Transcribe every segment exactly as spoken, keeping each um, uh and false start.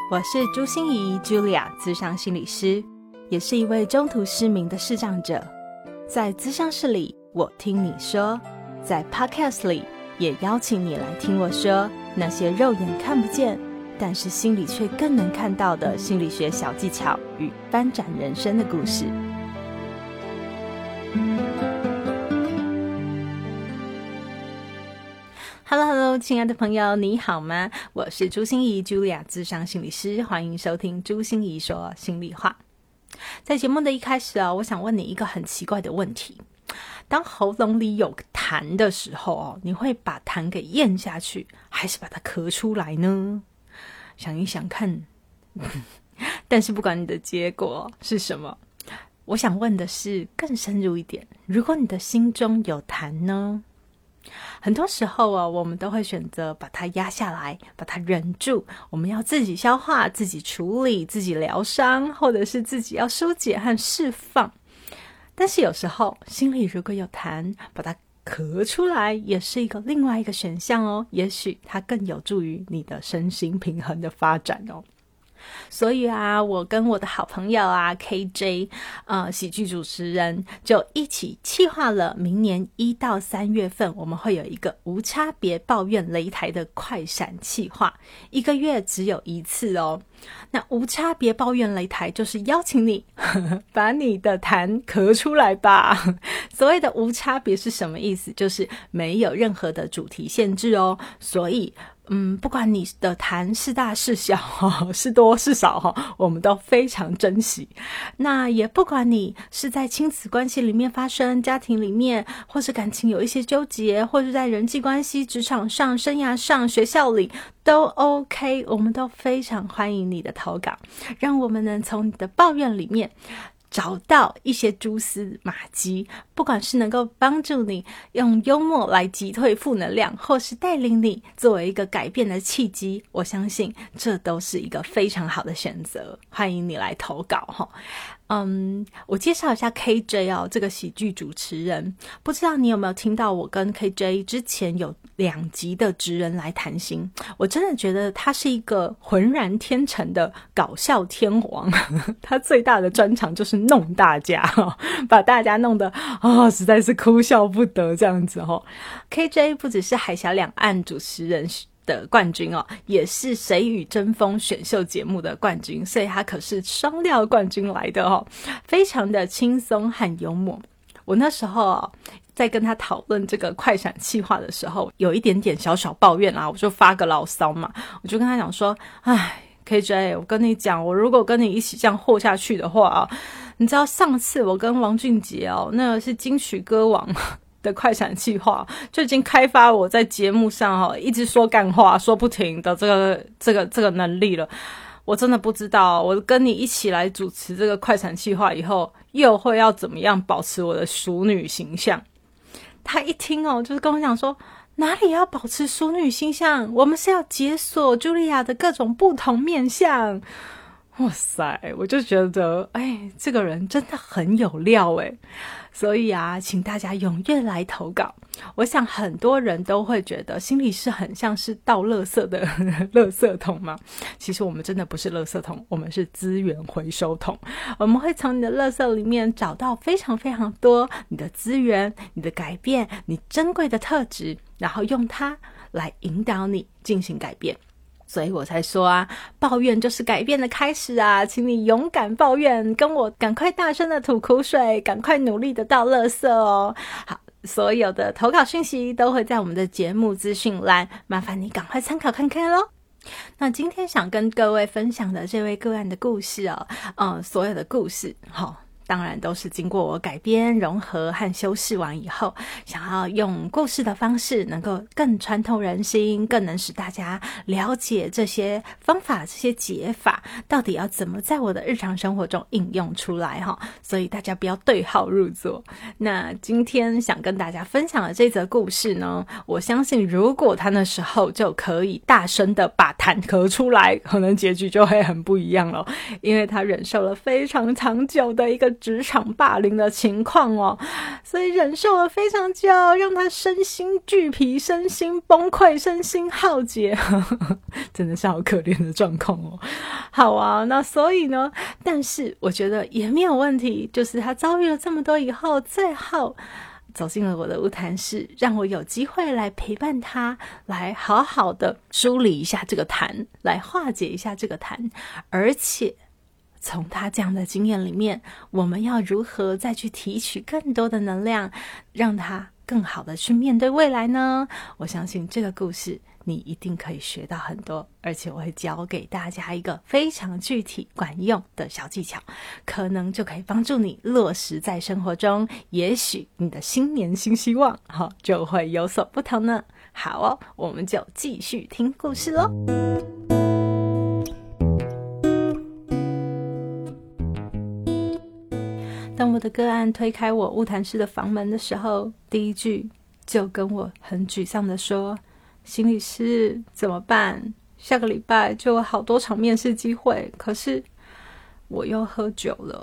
我是朱心怡 Julia 諮商心理师，也是一位中途失明的视障者。在諮商室里，我听你说，在 Podcast 里也邀请你来听我说那些肉眼看不见但是心里却更能看到的心理学小技巧与翻转人生的故事。Hello Hello， 亲爱的朋友，你好吗？我是朱心怡 Julia 諮商心理师，欢迎收听朱心怡说心里话。在节目的一开始啊，我想问你一个很奇怪的问题：当喉咙里有痰的时候哦，你会把痰给咽下去，还是把它咳出来呢？想一想看。但是不管你的结果是什么，我想问的是更深入一点，如果你的心中有痰呢？很多时候啊，我们都会选择把它压下来，把它忍住，我们要自己消化，自己处理，自己疗伤，或者是自己要疏解和释放。但是有时候心里如果有痰，把它咳出来也是一个另外一个选项哦，也许它更有助于你的身心平衡的发展哦。所以啊，我跟我的好朋友啊 K J 呃，喜剧主持人就一起企划了明年一到三月份我们会有一个无差别抱怨擂台的快闪企划，一个月只有一次哦。那无差别抱怨擂台就是邀请你呵呵把你的痰咳出来吧。所谓的无差别是什么意思？就是没有任何的主题限制哦。所以嗯，不管你的痰是大是小、哦、是多是少、哦、我们都非常珍惜。那也不管你是在亲子关系里面发生，家庭里面，或是感情有一些纠结，或是在人际关系、职场上、生涯上、学校里都 OK， 我们都非常欢迎你的投稿，让我们能从你的抱怨里面找到一些蛛丝马迹，不管是能够帮助你用幽默来击退负能量，或是带领你作为一个改变的契机，我相信这都是一个非常好的选择，欢迎你来投稿哈。嗯，我介绍一下 K J 哦，这个喜剧主持人，不知道你有没有听到我跟 K J 之前有两集的职人来谈心，我真的觉得他是一个浑然天成的搞笑天王。他最大的专长就是弄大家、哦、把大家弄得哦，实在是哭笑不得这样子哦。K J 不只是海峡两岸主持人的冠军哦，也是谁与争锋选秀节目的冠军，所以他可是双料冠军来的哦，非常的轻松和幽默。我那时候哦，在跟他讨论这个快闪企划的时候，有一点点小小抱怨啊，我就发个牢骚嘛，我就跟他讲说，哎 K J， 我跟你讲，我如果跟你一起这样活下去的话啊，你知道上次我跟王俊杰哦，那个是金曲歌王的快闪企划，就已经开发我在节目上哦一直说干话说不停的这个这个这个能力了。我真的不知道我跟你一起来主持这个快闪企划以后又会要怎么样保持我的淑女形象。他一听哦，就是跟我讲说，哪里要保持淑女形象，我们是要解锁茱莉亚的各种不同面向。哇塞，我就觉得哎，这个人真的很有料哎。所以啊，请大家踊跃来投稿。我想很多人都会觉得心理师很像是倒垃圾的垃圾桶嘛，其实我们真的不是垃圾桶，我们是资源回收桶。我们会从你的垃圾里面找到非常非常多你的资源，你的改变，你珍贵的特质，然后用它来引导你进行改变。所以我才说啊，抱怨就是改变的开始啊，请你勇敢抱怨，跟我赶快大声的吐苦水，赶快努力的倒垃圾哦。好，所有的投稿讯息都会在我们的节目资讯栏，麻烦你赶快参考看看咯。那今天想跟各位分享的这位个案的故事哦，呃，所有的故事好、哦当然都是经过我改编、融合和修饰完以后，想要用故事的方式能够更穿透人心，更能使大家了解这些方法、这些解法到底要怎么在我的日常生活中应用出来哈。所以大家不要对号入座。那今天想跟大家分享的这则故事呢，我相信如果他那时候就可以大声的把痰咳出来，可能结局就会很不一样了，因为他忍受了非常长久的一个职场霸凌的情况哦，所以忍受了非常久，让他身心俱疲，身心崩溃，身心耗竭真的是好可怜的状况哦。好啊，那所以呢，但是我觉得也没有问题，就是他遭遇了这么多以后，最后走进了我的晤谈室，让我有机会来陪伴他，来好好的梳理一下这个谈，来化解一下这个谈，而且从他这样的经验里面，我们要如何再去提取更多的能量，让他更好的去面对未来呢？我相信这个故事你一定可以学到很多，而且我会教给大家一个非常具体管用的小技巧，可能就可以帮助你落实在生活中，也许你的新年新希望、哦、就会有所不同呢。好哦，我们就继续听故事咯。当我的个案推开我晤谈室的房门的时候，第一句就跟我很沮丧的说，心理师怎么办？下个礼拜就有好多场面试机会，可是我又喝酒了。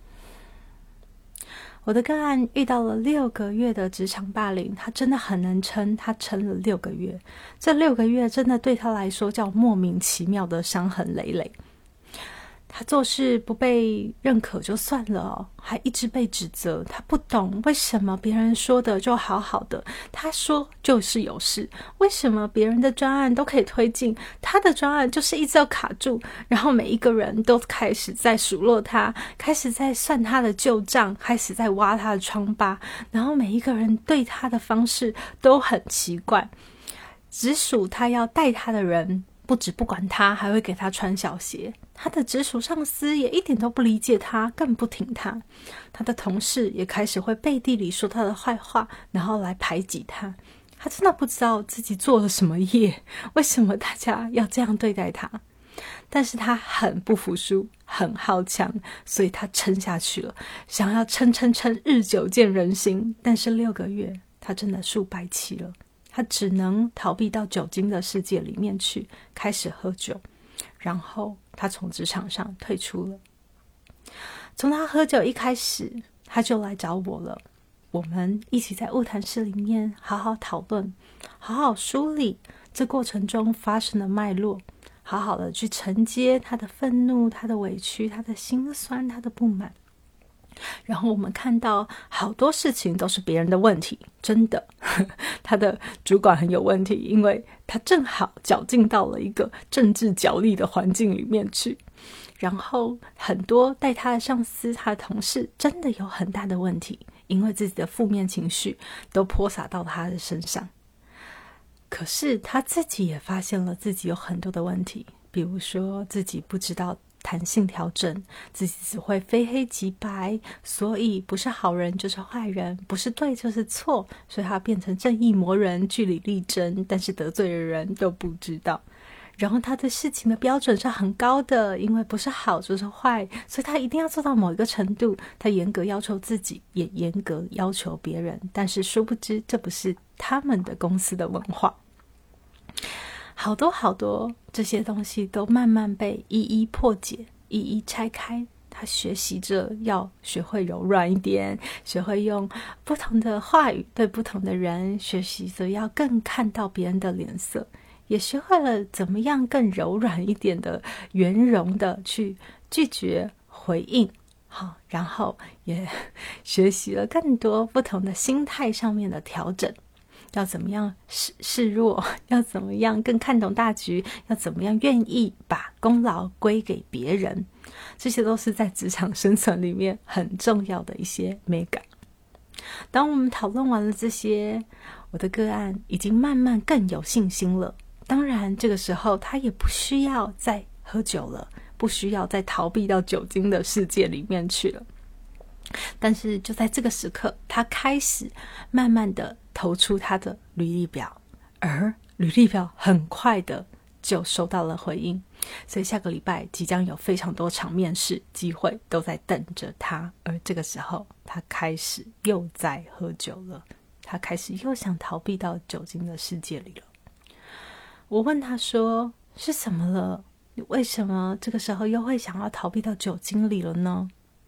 我的个案遇到了六个月的职场霸凌，他真的很能撑，他撑了六个月，这六个月真的对他来说叫莫名其妙的伤痕累累。他做事不被认可就算了哦，还一直被指责。他不懂为什么别人说的就好好的，他说就是有事，为什么别人的专案都可以推进，他的专案就是一直要卡住，然后每一个人都开始在数落他，开始在算他的旧账，开始在挖他的疮疤，然后每一个人对他的方式都很奇怪，直属他要带他的人不止不管他，还会给他穿小鞋。他的直属上司也一点都不理解他，更不挺他。他的同事也开始会背地里说他的坏话，然后来排挤他。他真的不知道自己做了什么业，为什么大家要这样对待他？但是他很不服输，很好强，所以他撑下去了，想要撑撑撑，日久见人心。但是六个月，他真的输白棋了。他只能逃避到酒精的世界里面去，开始喝酒，然后他从职场上退出了。从他喝酒一开始，他就来找我了，我们一起在晤谈室里面好好讨论，好好梳理这过程中发生的脉络，好好的去承接他的愤怒，他的委屈，他的心酸，他的不满。然后我们看到好多事情都是别人的问题，真的他的主管很有问题，因为他正好绞进到了一个政治角力的环境里面去。然后很多带他的上司，他的同事真的有很大的问题，因为自己的负面情绪都泼洒到他的身上。可是他自己也发现了自己有很多的问题，比如说自己不知道弹性调整，自己只会非黑即白，所以不是好人就是坏人，不是对就是错，所以他变成正义魔人，据理力争，但是得罪的人都不知道。然后他对事情的标准是很高的，因为不是好就是坏，所以他一定要做到某一个程度，他严格要求自己，也严格要求别人，但是殊不知这不是他们的公司的文化。好多好多这些东西都慢慢被一一破解，一一拆开。他学习着要学会柔软一点，学会用不同的话语对不同的人，学习着要更看到别人的脸色，也学会了怎么样更柔软一点的圆融的去拒绝回应。好，然后也学习了更多不同的心态上面的调整，要怎么样示示弱，要怎么样更看懂大局，要怎么样愿意把功劳归给别人，这些都是在职场生存里面很重要的一些美感。当我们讨论完了这些，我的个案已经慢慢更有信心了。当然这个时候他也不需要再喝酒了，不需要再逃避到酒精的世界里面去了。但是就在这个时刻，他开始慢慢的投出他的履历表，而履历表很快的就收到了回应，所以下个礼拜即将有非常多场面试机会都在等着他。而这个时候他开始又在喝酒了，他开始又想逃避到酒精的世界里了。我问他说，是怎么了？你为什么这个时候又会想要逃避到酒精里了呢？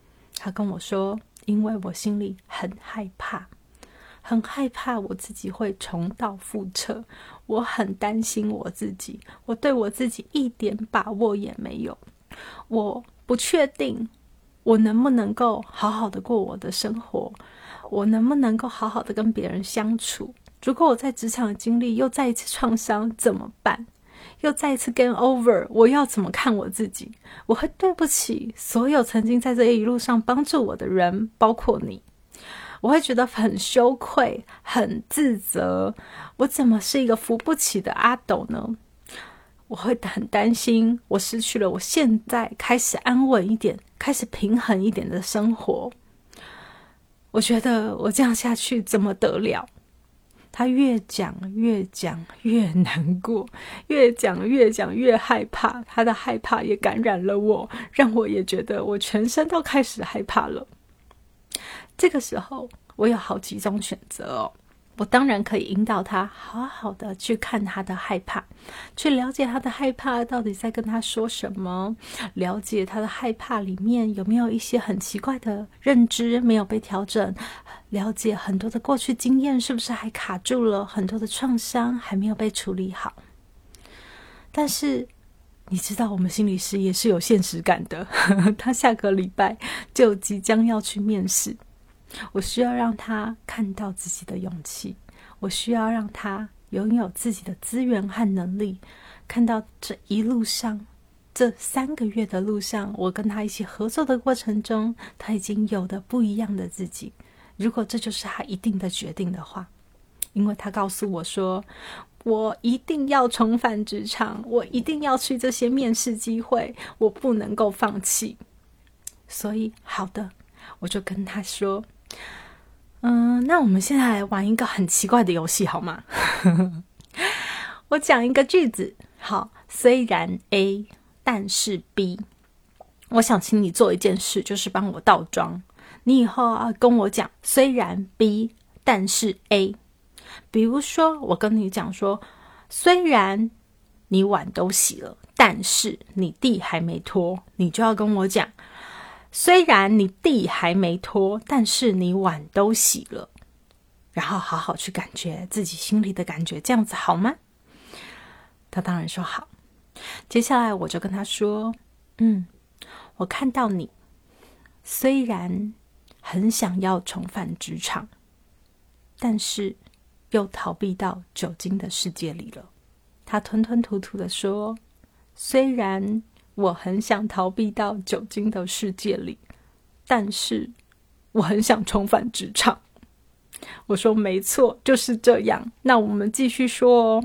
他跟我说，因为我心里很害怕，很害怕我自己会重蹈覆辙，我很担心我自己，我对我自己一点把握也没有，我不确定我能不能够好好的过我的生活，我能不能够好好的跟别人相处，如果我在职场的经历又再一次创伤怎么办？又再一次 game over， 我要怎么看我自己？我会对不起所有曾经在这一路上帮助我的人，包括你。我会觉得很羞愧，很自责，我怎么是一个扶不起的阿斗呢？我会很担心我失去了我现在开始安稳一点，开始平衡一点的生活。我觉得我这样下去怎么得了？他越讲越讲越难过，越讲越讲越害怕，他的害怕也感染了我，让我也觉得我全身都开始害怕了。这个时候我有好几种选择哦，我当然可以引导他好好的去看他的害怕，去了解他的害怕到底在跟他说什么，了解他的害怕里面有没有一些很奇怪的认知没有被调整，了解很多的过去经验是不是还卡住了，很多的创伤还没有被处理好。但是你知道我们心理师也是有现实感的他下个礼拜就即将要去面试，我需要让他看到自己的勇气，我需要让他拥有自己的资源和能力，看到这一路上，这三个月的路上，我跟他一起合作的过程中，他已经有的不一样的自己。如果这就是他一定的决定的话，因为他告诉我说，我一定要重返职场，我一定要去这些面试机会，我不能够放弃。所以好的，我就跟他说，嗯，那我们现在来玩一个很奇怪的游戏好吗？我讲一个句子，好，虽然 A 但是 B， 我想请你做一件事，就是帮我倒装。你以后要跟我讲虽然 B 但是 A， 比如说我跟你讲说，虽然你碗都洗了，但是你地还没拖，你就要跟我讲，虽然你地还没拖，但是你碗都洗了，然后好好去感觉自己心里的感觉，这样子好吗？他当然说好。接下来我就跟他说，嗯，我看到你虽然很想要重返职场，但是又逃避到酒精的世界里了。他吞吞吐吐的说，虽然我很想逃避到酒精的世界里，但是我很想重返职场。我说没错，就是这样。那我们继续说哦。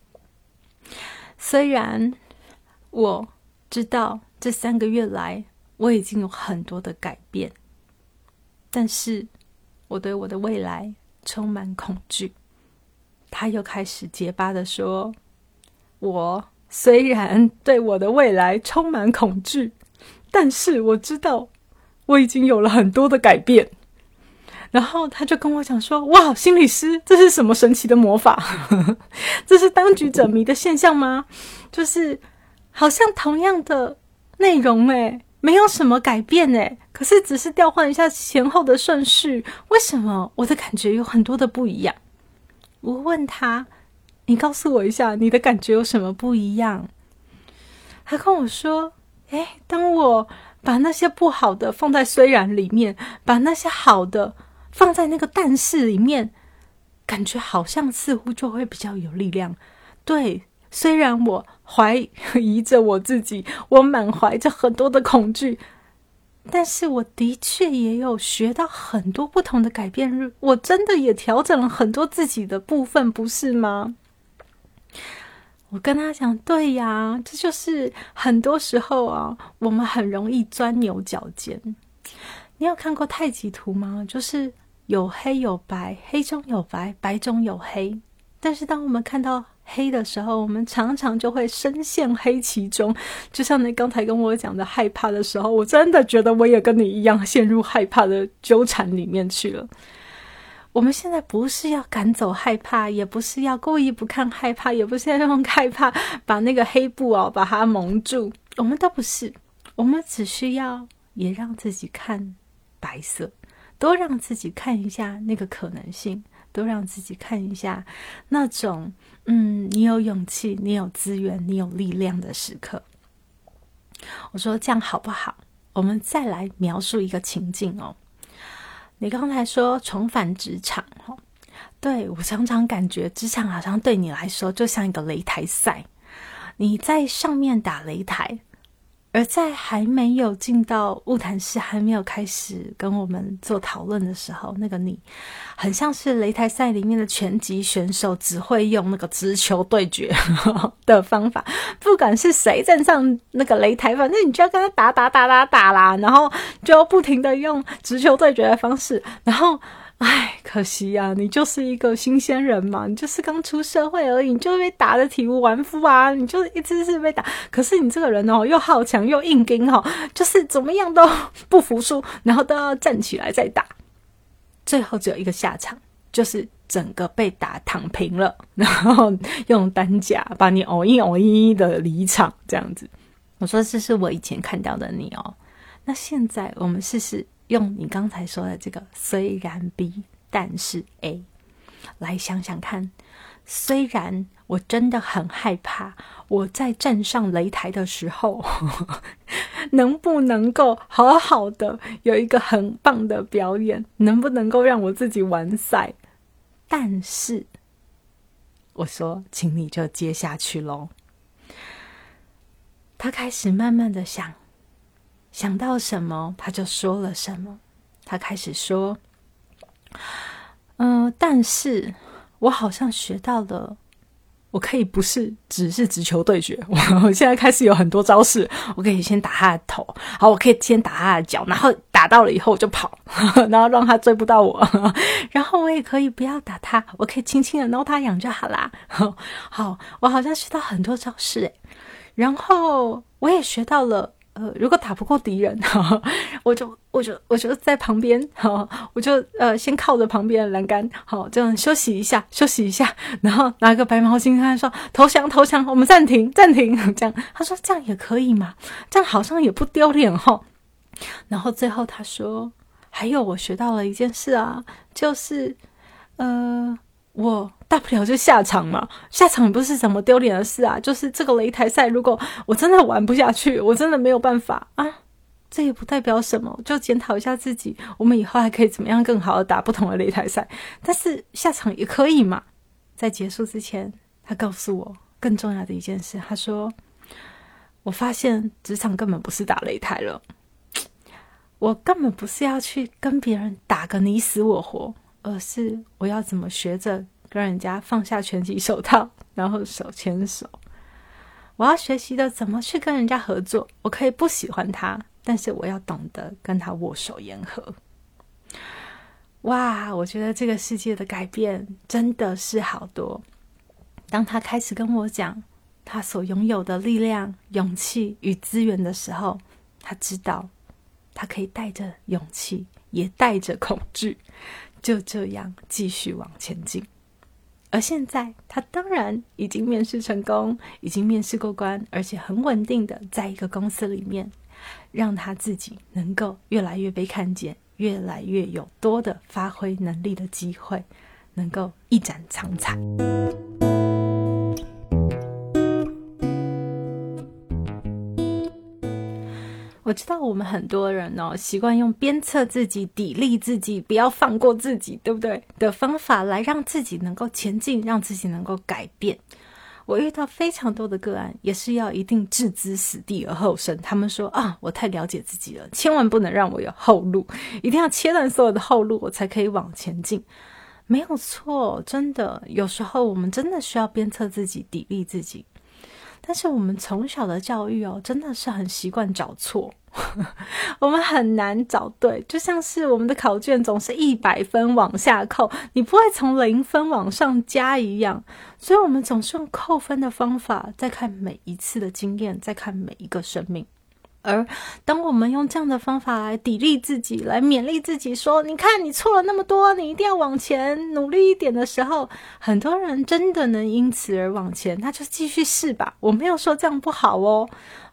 虽然我知道这三个月来我已经有很多的改变，但是我对我的未来充满恐惧。他又开始结巴的说，我虽然对我的未来充满恐惧，但是我知道我已经有了很多的改变。然后他就跟我讲说，哇，心理师，这是什么神奇的魔法？这是当局者迷的现象吗？就是好像同样的内容诶，没有什么改变诶，可是只是调换一下前后的顺序，为什么我的感觉有很多的不一样？我问他，你告诉我一下你的感觉有什么不一样？他跟我说，诶，当我把那些不好的放在虽然里面，把那些好的放在那个但是里面，感觉好像似乎就会比较有力量。对，虽然我怀疑着我自己，我满怀着很多的恐惧，但是我的确也有学到很多不同的改变，我真的也调整了很多自己的部分，不是吗？我跟他讲，对呀，这就是很多时候啊，我们很容易钻牛角尖。你有看过太极图吗？就是有黑有白，黑中有白，白中有黑。但是当我们看到黑的时候，我们常常就会深陷黑其中。就像你刚才跟我讲的害怕的时候，我真的觉得我也跟你一样陷入害怕的纠缠里面去了。我们现在不是要赶走害怕，也不是要故意不看害怕，也不是要用害怕把那个黑布哦把它蒙住，我们都不是。我们只需要也让自己看白色，多让自己看一下那个可能性，多让自己看一下那种嗯，你有勇气，你有资源，你有力量的时刻。我说这样好不好？我们再来描述一个情境哦。你刚才说重返职场哦，对，我常常感觉职场好像对你来说就像一个擂台赛，你在上面打擂台，而在还没有进到晤谈室，还没有开始跟我们做讨论的时候，那个你很像是擂台赛里面的拳击选手，只会用那个直球对决的方法，不管是谁站上那个擂台，反正你就要跟他打打打打打啦，然后就不停的用直球对决的方式，然后唉，可惜啊，你就是一个新鲜人嘛，你就是刚出社会而已，你就被打得体无完肤啊，你就一直是被打。可是你这个人哦，又好强又硬硬哦，就是怎么样都不服输，然后都要站起来再打，最后只有一个下场，就是整个被打躺平了，然后用担架把你偶一偶一的离场，这样子。我说这是我以前看到的你哦，那现在我们试试。用你刚才说的这个虽然 B 但是 A 来想想看，虽然我真的很害怕我在站上擂台的时候能不能够好好的有一个很棒的表演，能不能够让我自己完赛，但是我说请你就接下去咯。他开始慢慢的想，想到什么他就说了什么。他开始说嗯、呃，但是我好像学到了，我可以不是只是直球对决，我现在开始有很多招式，我可以先打他的头，好，我可以先打他的脚，然后打到了以后我就跑，然后让他追不到我，然后我也可以不要打他，我可以轻轻的挠他痒就好啦。好，我好像学到很多招式诶，然后我也学到了呃，如果打不过敌人，呵呵我就我就我就在旁边，好，我就呃先靠着旁边的栏杆，好，这样休息一下，休息一下，然后拿个白毛巾，他说投降投降，我们暂停暂停，这样他说这样也可以嘛，这样好像也不丢脸哈。然后最后他说，还有我学到了一件事啊，就是呃。我大不了就下场嘛，下场也不是什么丢脸的事啊，就是这个擂台赛如果我真的玩不下去，我真的没有办法啊，这也不代表什么，就检讨一下自己，我们以后还可以怎么样更好的打不同的擂台赛，但是下场也可以嘛。在结束之前，他告诉我更重要的一件事，他说我发现职场根本不是打擂台了，我根本不是要去跟别人打个你死我活，而是我要怎么学着跟人家放下拳击手套，然后手牵手。我要学习的怎么去跟人家合作，我可以不喜欢他，但是我要懂得跟他握手言和。哇，我觉得这个世界的改变真的是好多。当他开始跟我讲他所拥有的力量、勇气与资源的时候，他知道他可以带着勇气，也带着恐惧，就这样继续往前进。而现在他当然已经面试成功，已经面试过关，而且很稳定的在一个公司里面，让他自己能够越来越被看见，越来越有多的发挥能力的机会，能够一展长才。我知道我们很多人哦，习惯用鞭策自己、砥砺自己、不要放过自己，对不对？的方法来让自己能够前进，让自己能够改变。我遇到非常多的个案，也是要一定置之死地而后生。他们说啊，我太了解自己了，千万不能让我有后路，一定要切断所有的后路，我才可以往前进。没有错，真的，有时候我们真的需要鞭策自己、砥砺自己。但是我们从小的教育哦，真的是很习惯找错，我们很难找对，就像是我们的考卷总是一百分往下扣，你不会从零分往上加一样，所以我们总是用扣分的方法在看每一次的经验，在看每一个生命。而当我们用这样的方法来砥砺自己，来勉励自己说，你看你错了那么多，你一定要往前努力一点的时候，很多人真的能因此而往前，那就继续试吧，我没有说这样不好哦。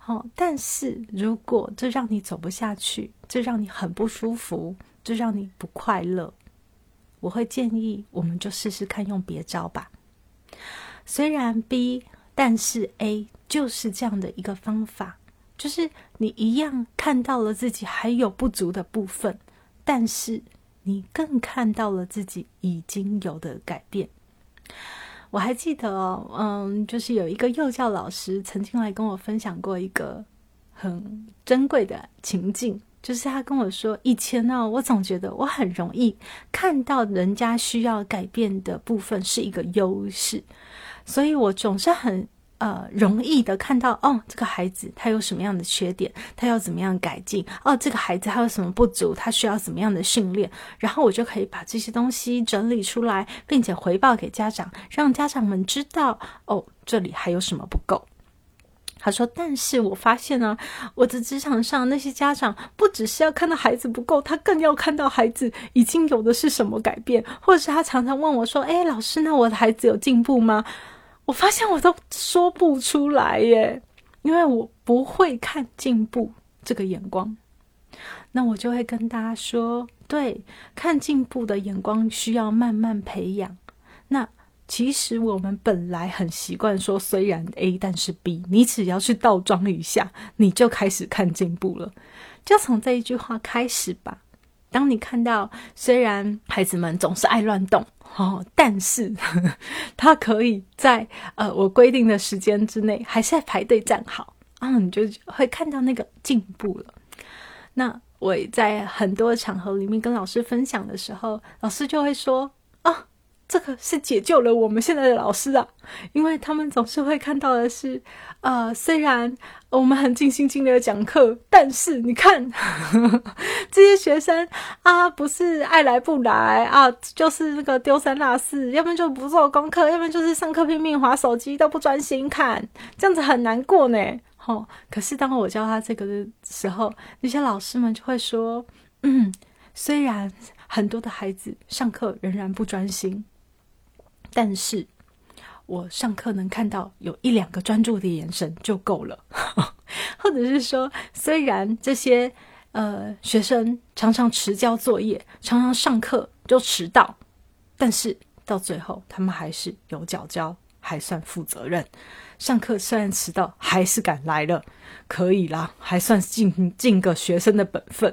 哦，但是如果这让你走不下去，这让你很不舒服，这让你不快乐，我会建议我们就试试看用别招吧。虽然 B， 但是 A 就是这样的一个方法，就是你一样看到了自己还有不足的部分，但是你更看到了自己已经有的改变。我还记得哦，嗯，就是有一个幼教老师曾经来跟我分享过一个很珍贵的情境，就是他跟我说，以前呢，我总觉得我很容易看到人家需要改变的部分是一个优势，所以我总是很呃，容易的看到，哦，这个孩子他有什么样的缺点，他要怎么样改进，哦，这个孩子他有什么不足，他需要怎么样的训练，然后我就可以把这些东西整理出来，并且回报给家长，让家长们知道，哦，这里还有什么不够。他说，但是我发现呢、啊，我的职场上那些家长不只是要看到孩子不够，他更要看到孩子已经有的是什么改变，或者是他常常问我说，诶，老师，那我的孩子有进步吗？我发现我都说不出来耶，因为我不会看进步这个眼光。那我就会跟大家说，对，看进步的眼光需要慢慢培养。那其实我们本来很习惯说，虽然 A 但是 B， 你只要去倒装一下，你就开始看进步了。就从这一句话开始吧。当你看到虽然孩子们总是爱乱动、哦、但是呵呵他可以在呃我规定的时间之内还是在排队站好啊、哦，你就会看到那个进步了。那我在很多场合里面跟老师分享的时候，老师就会说啊，这个是解救了我们现在的老师啊，因为他们总是会看到的是呃，虽然我们很尽心尽力的讲课，但是你看呵呵这些学生啊，不是爱来不来啊，就是那个丢三落四，要不然就不做功课，要不然就是上课拼命滑手机，都不专心看，这样子很难过呢。哦，可是当我教他这个的时候，那些老师们就会说，嗯，虽然很多的孩子上课仍然不专心，但是我上课能看到有一两个专注的眼神就够了。或者是说，虽然这些呃学生常常迟交作业，常常上课就迟到，但是到最后他们还是有缴交，还算负责任。上课虽然迟到，还是赶来了，可以啦，还算尽尽个学生的本分。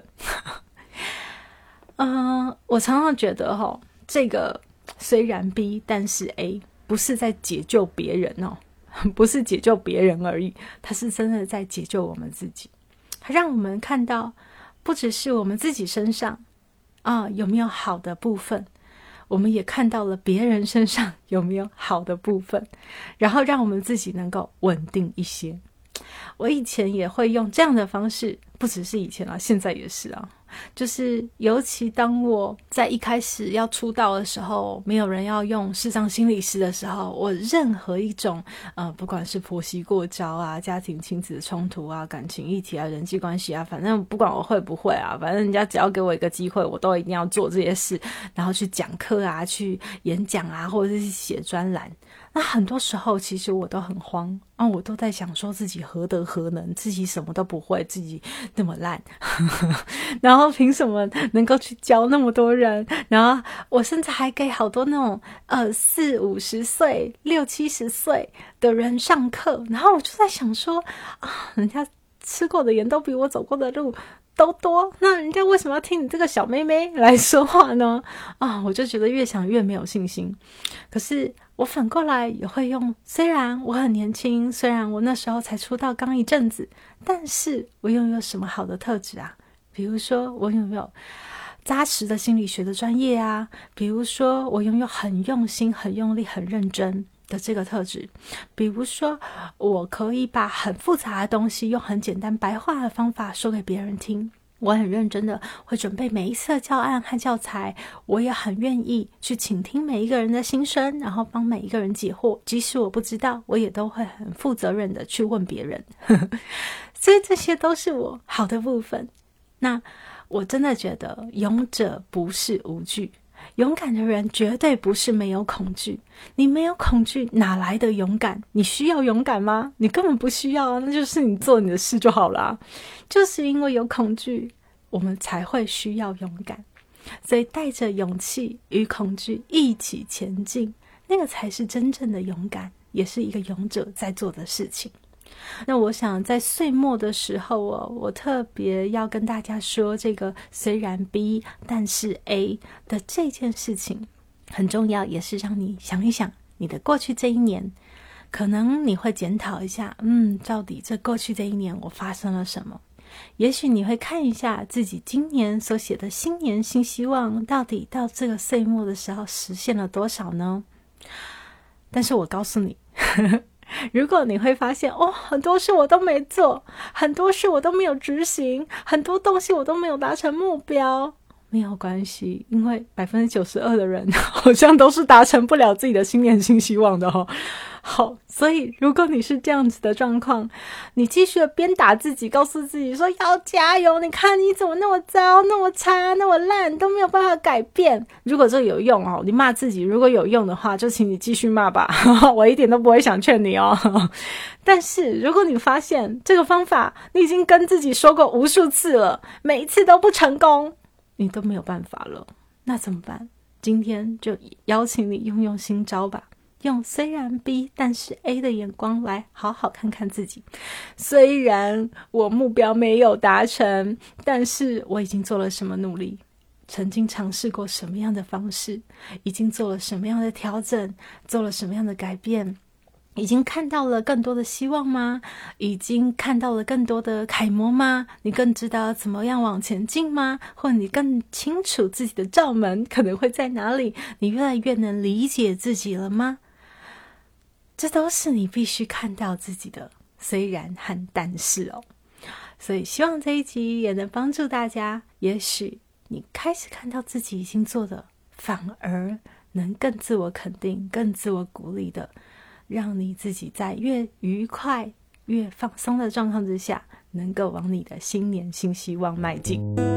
嗯、呃，我常常觉得齁，这个虽然 B， 但是 A 不是在解救别人哦，不是解救别人而已，它是真的在解救我们自己。它让我们看到，不只是我们自己身上啊、呃、有没有好的部分，我们也看到了别人身上有没有好的部分，然后让我们自己能够稳定一些。我以前也会用这样的方式，不只是以前啊，现在也是啊。就是尤其当我在一开始要出道的时候，没有人要用视障心理师的时候，我任何一种呃，不管是婆媳过招啊、家庭亲子冲突啊、感情议题啊、人际关系啊，反正不管我会不会啊，反正人家只要给我一个机会，我都一定要做这些事，然后去讲课啊、去演讲啊，或者是写专栏。那很多时候其实我都很慌啊，我都在想说自己何德何能，自己什么都不会，自己那么烂然后凭什么能够去教那么多人，然后我甚至还给好多那种呃四五十岁六七十岁的人上课，然后我就在想说啊，人家吃过的盐都比我走过的路都多，那人家为什么要听你这个小妹妹来说话呢？啊，我就觉得越想越没有信心。可是我反过来也会用，虽然我很年轻，虽然我那时候才出道刚一阵子，但是我拥有什么好的特质啊？比如说我拥有扎实的心理学的专业啊，比如说我拥有很用心、很用力、很认真的这个特质，比如说我可以把很复杂的东西用很简单白话的方法说给别人听，我很认真的会准备每一次的教案和教材，我也很愿意去倾听每一个人的心声，然后帮每一个人解惑，即使我不知道，我也都会很负责任的去问别人所以这些都是我好的部分。那我真的觉得勇者不是无惧， 勇敢的人绝对不是没有恐惧，你没有恐惧哪来的勇敢？你需要勇敢吗？你根本不需要啊，那就是你做你的事就好啦。就是因为有恐惧，我们才会需要勇敢，所以带着勇气与恐惧一起前进，那个才是真正的勇敢，也是一个勇者在做的事情。那我想在岁末的时候哦，我特别要跟大家说，这个虽然 B 但是 A 的这件事情很重要，也是让你想一想你的过去这一年，可能你会检讨一下，嗯，到底这过去这一年我发生了什么？也许你会看一下自己今年所写的新年新希望，到底到这个岁末的时候实现了多少呢？但是我告诉你如果你会发现哦，很多事我都没做，很多事我都没有执行，很多东西我都没有达成目标，没有关系，因为 百分之九十二 的人好像都是达成不了自己的新年新希望的哦。好，所以如果你是这样子的状况，你继续的鞭打自己，告诉自己说要加油，你看你怎么那么糟，那么差，那么烂，都没有办法改变。如果这有用哦，你骂自己如果有用的话，就请你继续骂吧我一点都不会想劝你哦但是如果你发现这个方法你已经跟自己说过无数次了，每一次都不成功，你都没有办法了，那怎么办？今天就邀请你用用新招吧，用虽然 B 但是 A 的眼光来好好看看自己。虽然我目标没有达成，但是我已经做了什么努力，曾经尝试过什么样的方式，已经做了什么样的调整，做了什么样的改变，已经看到了更多的希望吗？已经看到了更多的楷模吗？你更知道怎么样往前进吗？或者你更清楚自己的罩门可能会在哪里？你越来越能理解自己了吗？这都是你必须看到自己的虽然和但是哦。所以希望这一集也能帮助大家，也许你开始看到自己已经做的，反而能更自我肯定，更自我鼓励的，让你自己在越愉快越放松的状况之下，能够往你的新年新希望迈进。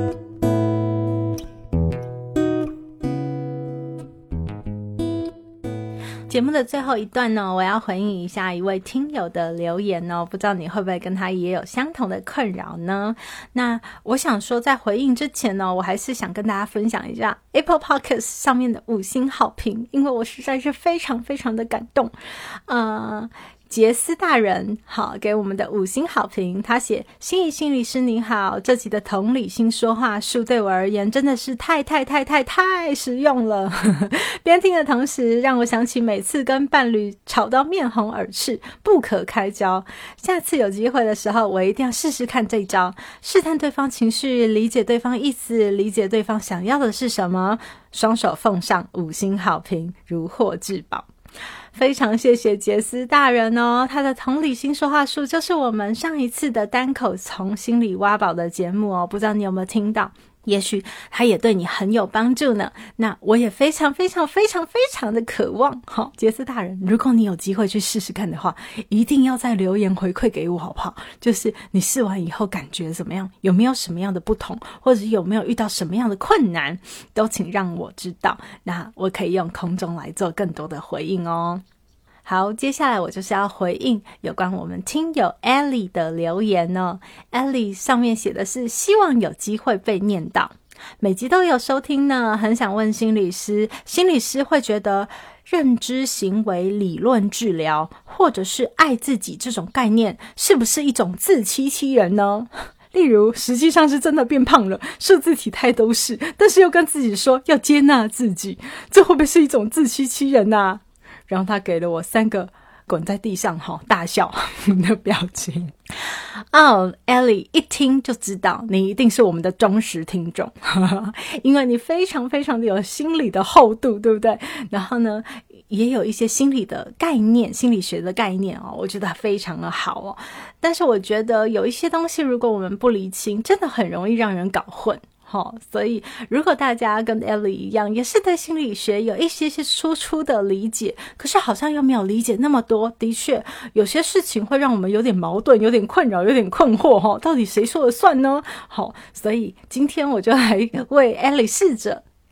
节目的最后一段呢，我要回应一下一位听友的留言哦，不知道你会不会跟他也有相同的困扰呢？那我想说，在回应之前呢，我还是想跟大家分享一下 Apple Podcast 上面的五星好评，因为我实在是非常非常的感动。呃杰斯大人好给我们的五星好评，他写心怡心理师你好，这集的同理心说话术对我而言真的是太太太太太实用了边听的同时让我想起每次跟伴侣吵到面红耳赤不可开交，下次有机会的时候我一定要试试看这一招，试探对方情绪，理解对方意思，理解对方想要的是什么，双手奉上五星好评，如获至宝。非常谢谢杰斯大人哦，他的同理心说话术就是我们上一次的单口从心里挖宝的节目哦，不知道你有没有听到，也许他也对你很有帮助呢。那我也非常非常非常非常的渴望好，杰斯大人，如果你有机会去试试看的话，一定要在留言回馈给我好不好？就是你试完以后感觉怎么样，有没有什么样的不同，或者有没有遇到什么样的困难，都请让我知道，那我可以用空中来做更多的回应哦。好，接下来我就是要回应有关我们听友 Ellie 的留言哦。Ellie 上面写的是希望有机会被念到，每集都有收听呢，很想问心理师，心理师会觉得认知行为理论治疗或者是爱自己这种概念是不是一种自欺欺人呢？例如实际上是真的变胖了，数字体态都是，但是又跟自己说要接纳自己，这会不会是一种自欺欺人啊？然后他给了我三个滚在地上哈大笑的表情。哦、oh, Ellie 一听就知道你一定是我们的忠实听众因为你非常非常的有心理的厚度，对不对？然后呢也有一些心理的概念，心理学的概念哦，我觉得非常的好哦。但是我觉得有一些东西如果我们不理清，真的很容易让人搞混哦，所以如果大家跟 Ellie 一样也是对心理学有一些些初初的理解，可是好像又没有理解那么多，的确有些事情会让我们有点矛盾，有点困扰，有点困惑哦，到底谁说了算呢？好，所以今天我就来为 Ellie 试着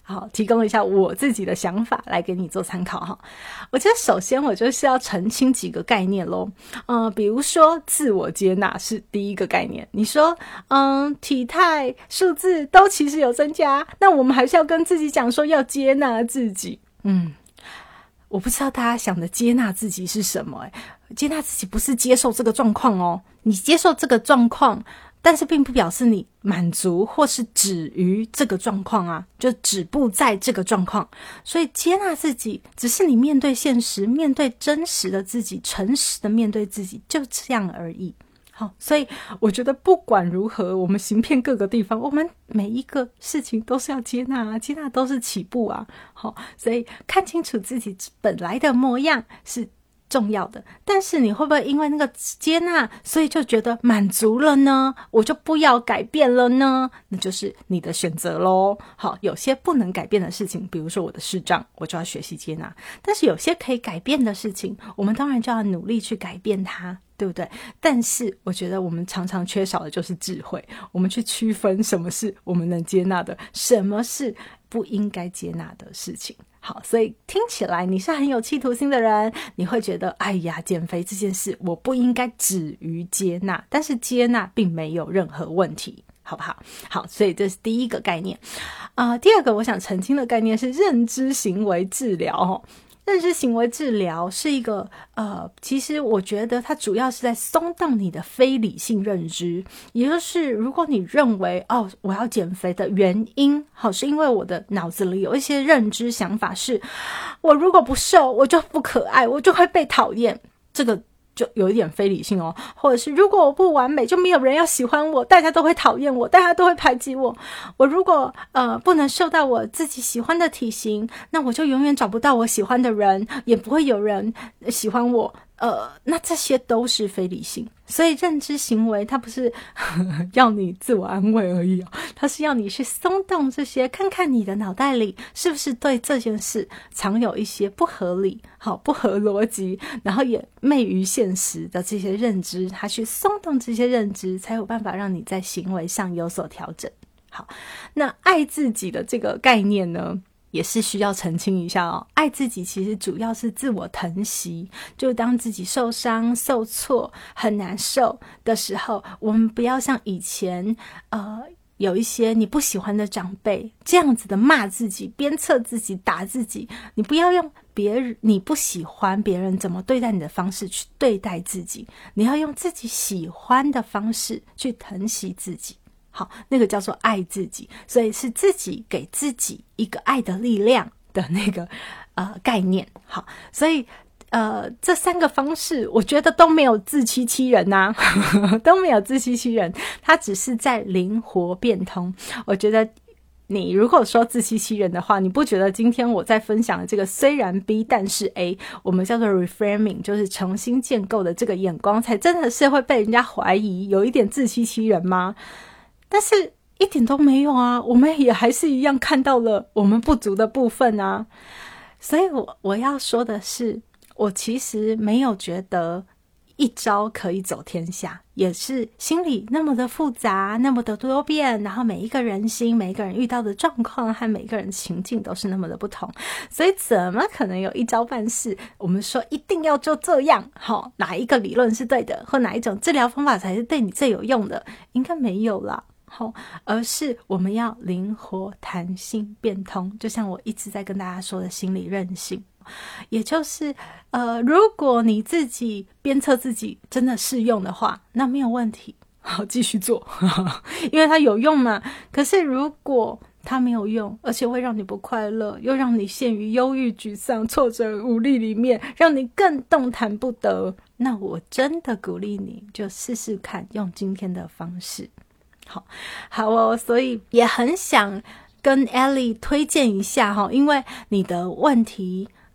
好，提供一下我自己的想法来给你做参考哈。我觉得首先我就是要澄清几个概念咯，呃，比如说自我接纳是第一个概念。你说，嗯，体态、数字都其实有增加，那我们还是要跟自己讲说要接纳自己。嗯，我不知道大家想的接纳自己是什么，诶，接纳自己不是接受这个状况哦，你接受这个状况。但是并不表示你满足或是止于这个状况啊，就止步在这个状况。所以接纳自己只是你面对现实，面对真实的自己，诚实的面对自己，就这样而已。好，所以我觉得不管如何，我们行遍各个地方，我们每一个事情都是要接纳啊，接纳都是起步啊。好，所以看清楚自己本来的模样是重要的，但是你会不会因为那个接纳，所以就觉得满足了呢？我就不要改变了呢？那就是你的选择咯。好，有些不能改变的事情，比如说我的视障，我就要学习接纳。但是有些可以改变的事情，我们当然就要努力去改变它，对不对？但是我觉得我们常常缺少的就是智慧，我们去区分什么是我们能接纳的，什么是不应该接纳的事情。好，所以听起来你是很有企图心的人，你会觉得哎呀，减肥这件事我不应该止于接纳，但是接纳并没有任何问题，好不好？好，所以这是第一个概念。呃，第二个我想澄清的概念是认知行为治疗哦。认知行为治疗是一个呃，其实我觉得它主要是在松动你的非理性认知，也就是如果你认为哦，我要减肥的原因好是因为我的脑子里有一些认知想法是，我如果不瘦我就不可爱，我就会被讨厌，这个就有一点非理性哦。或者是如果我不完美就没有人要喜欢我，大家都会讨厌我，大家都会排挤我，我如果呃不能瘦到我自己喜欢的体型，那我就永远找不到我喜欢的人，也不会有人喜欢我，呃，那这些都是非理性。所以认知行为它不是呵呵要你自我安慰而已哦，它是要你去松动这些，看看你的脑袋里是不是对这件事藏有一些不合理、好不合逻辑，然后也昧于现实的这些认知，它去松动这些认知，才有办法让你在行为上有所调整。好，那爱自己的这个概念呢，也是需要澄清一下哦。爱自己其实主要是自我疼惜，就当自己受伤、受挫、很难受的时候，我们不要像以前呃有一些你不喜欢的长辈这样子的骂自己、鞭策自己、打自己，你不要用别人你不喜欢别人怎么对待你的方式去对待自己，你要用自己喜欢的方式去疼惜自己。好，那个叫做爱自己，所以是自己给自己一个爱的力量的那个呃概念。好，所以呃这三个方式我觉得都没有自欺欺人啊都没有自欺欺人，它只是在灵活变通。我觉得你如果说自欺欺人的话，你不觉得今天我在分享的这个虽然 B 但是 A， 我们叫做 reframing， 就是重新建构的这个眼光才真的是会被人家怀疑有一点自欺欺人吗？但是一点都没有啊，我们也还是一样看到了我们不足的部分啊。所以我我要说的是，我其实没有觉得一招可以走天下，也是心理那么的复杂，那么的多变，然后每一个人心，每一个人遇到的状况和每一个人情境都是那么的不同，所以怎么可能有一招半式我们说一定要就这样，好，哪一个理论是对的，或哪一种治疗方法才是对你最有用的，应该没有啦。好，而是我们要灵活、弹性、变通，就像我一直在跟大家说的心理韧性，也就是呃，如果你自己鞭策自己真的适用的话，那没有问题，好，继续做因为它有用嘛。可是如果它没有用，而且会让你不快乐，又让你陷于忧郁、沮丧、挫折、无力里面，让你更动弹不得，那我真的鼓励你就试试看用今天的方式。好好哦，所以也很想跟 Ellie 推荐一下哈，因为你的问题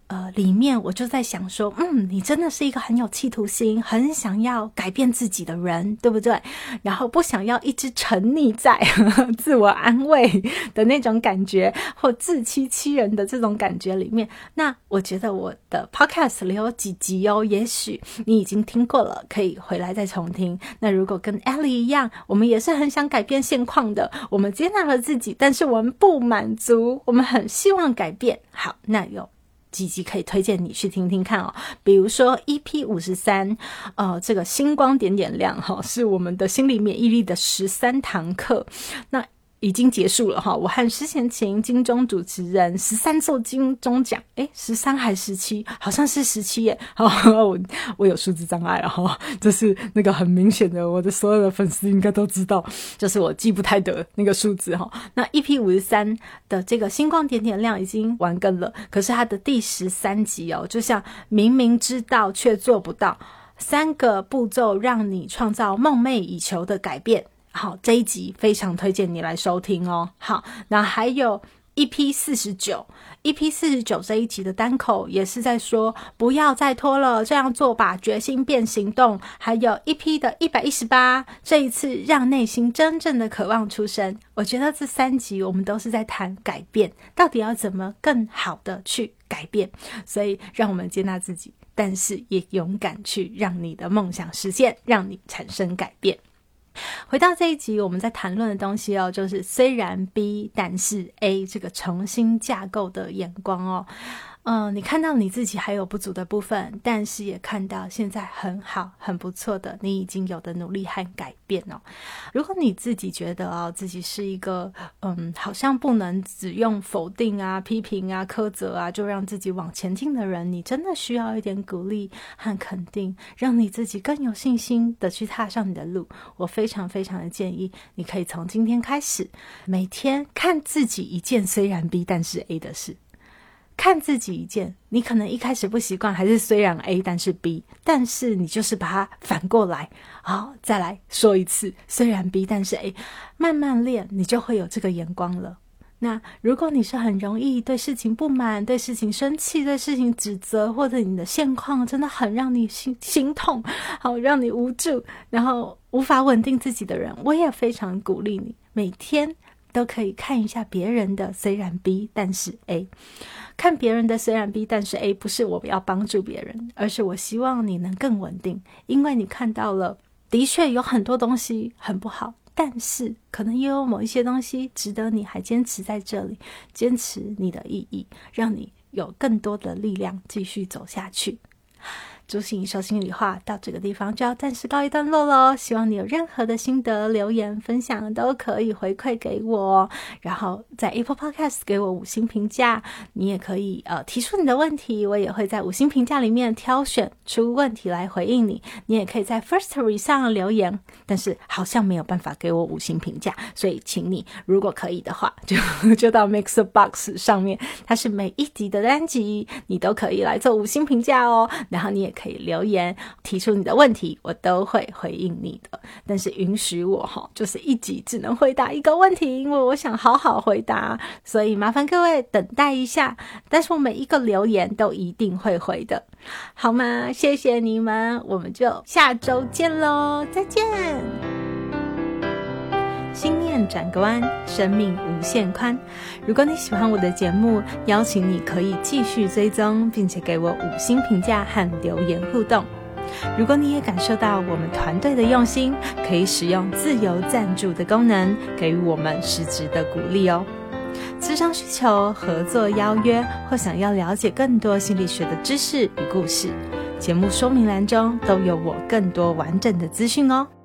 呃，里面我就在想说，嗯，你真的是一个很有企图心，很想要改变自己的人，对不对？然后不想要一直沉溺在呵呵自我安慰的那种感觉，或自欺欺人的这种感觉里面。那我觉得我的 podcast 里有几集哦，也许你已经听过了，可以回来再重听。那如果跟 Ellie 一样，我们也是很想改变现况的，我们接纳了自己，但是我们不满足，我们很希望改变。好，那有几集可以推荐你去听听看哦，比如说 E P 五十三，呃，这个星光点点亮哈、哦，是我们的心理免疫力的十三堂课，那已经结束了哈。我和施贤琴金钟主持人十三座金钟奖，诶十三还十七，好像是十七耶。哦，我我有数字障碍了哈，这是那个很明显的，我的所有的粉丝应该都知道，就是我记不太得那个数字哈。那 E P 五十三的这个星光点点亮已经完更了，可是它的第十三集哦，就像明明知道却做不到，三个步骤让你创造梦寐以求的改变。好，这一集非常推荐你来收听哦。好，那还有 E P 四十九 E P 四十九这一集的单口也是在说不要再拖了，这样做吧，决心变行动。还有 E P 的一百一十八，这一次让内心真正的渴望出生。我觉得这三集我们都是在谈改变，到底要怎么更好的去改变，所以让我们接纳自己，但是也勇敢去让你的梦想实现，让你产生改变。回到这一集我们在谈论的东西哦，就是虽然 B 但是 A 这个重新架构的眼光哦。嗯，你看到你自己还有不足的部分，但是也看到现在很好很不错的你已经有的努力和改变哦。如果你自己觉得哦自己是一个嗯好像不能只用否定啊批评啊苛责啊就让自己往前进的人，你真的需要一点鼓励和肯定，让你自己更有信心的去踏上你的路。我非常非常的建议你可以从今天开始，每天看自己一件虽然 B 但是 A 的事，看自己一件你可能一开始不习惯，还是虽然 A 但是 B， 但是你就是把它反过来，好，再来说一次虽然 B 但是 A， 慢慢练你就会有这个眼光了。那如果你是很容易对事情不满，对事情生气，对事情指责，或者你的现况真的很让你心心痛，好让你无助，然后无法稳定自己的人，我也非常鼓励你每天都可以看一下别人的虽然 B 但是 A。 看别人的虽然 B 但是 A 不是我要帮助别人，而是我希望你能更稳定，因为你看到了的确有很多东西很不好，但是可能也有某一些东西值得你还坚持在这里，坚持你的意义，让你有更多的力量继续走下去。朱心怡说心里话到这个地方就要暂时告一段落咯，希望你有任何的心得留言分享都可以回馈给我，然后在 Apple Podcast 给我五星评价，你也可以呃提出你的问题，我也会在五星评价里面挑选出问题来回应你。你也可以在 Firstory 上留言，但是好像没有办法给我五星评价，所以请你如果可以的话就就到 Mixbox 上面，它是每一集的单集你都可以来做五星评价哦，然后你也可以留言提出你的问题，我都会回应你的，但是允许我齁就是一集只能回答一个问题，因为我想好好回答，所以麻烦各位等待一下，但是我每一个留言都一定会回的，好吗？谢谢你们，我们就下周见咯，再见。心念转个弯，生命无限宽。如果你喜欢我的节目，邀请你可以继续追踪，并且给我五星评价和留言互动。如果你也感受到我们团队的用心，可以使用自由赞助的功能，给予我们实质的鼓励哦。咨商需求、合作邀约，或想要了解更多心理学的知识与故事，节目说明栏中都有我更多完整的资讯哦。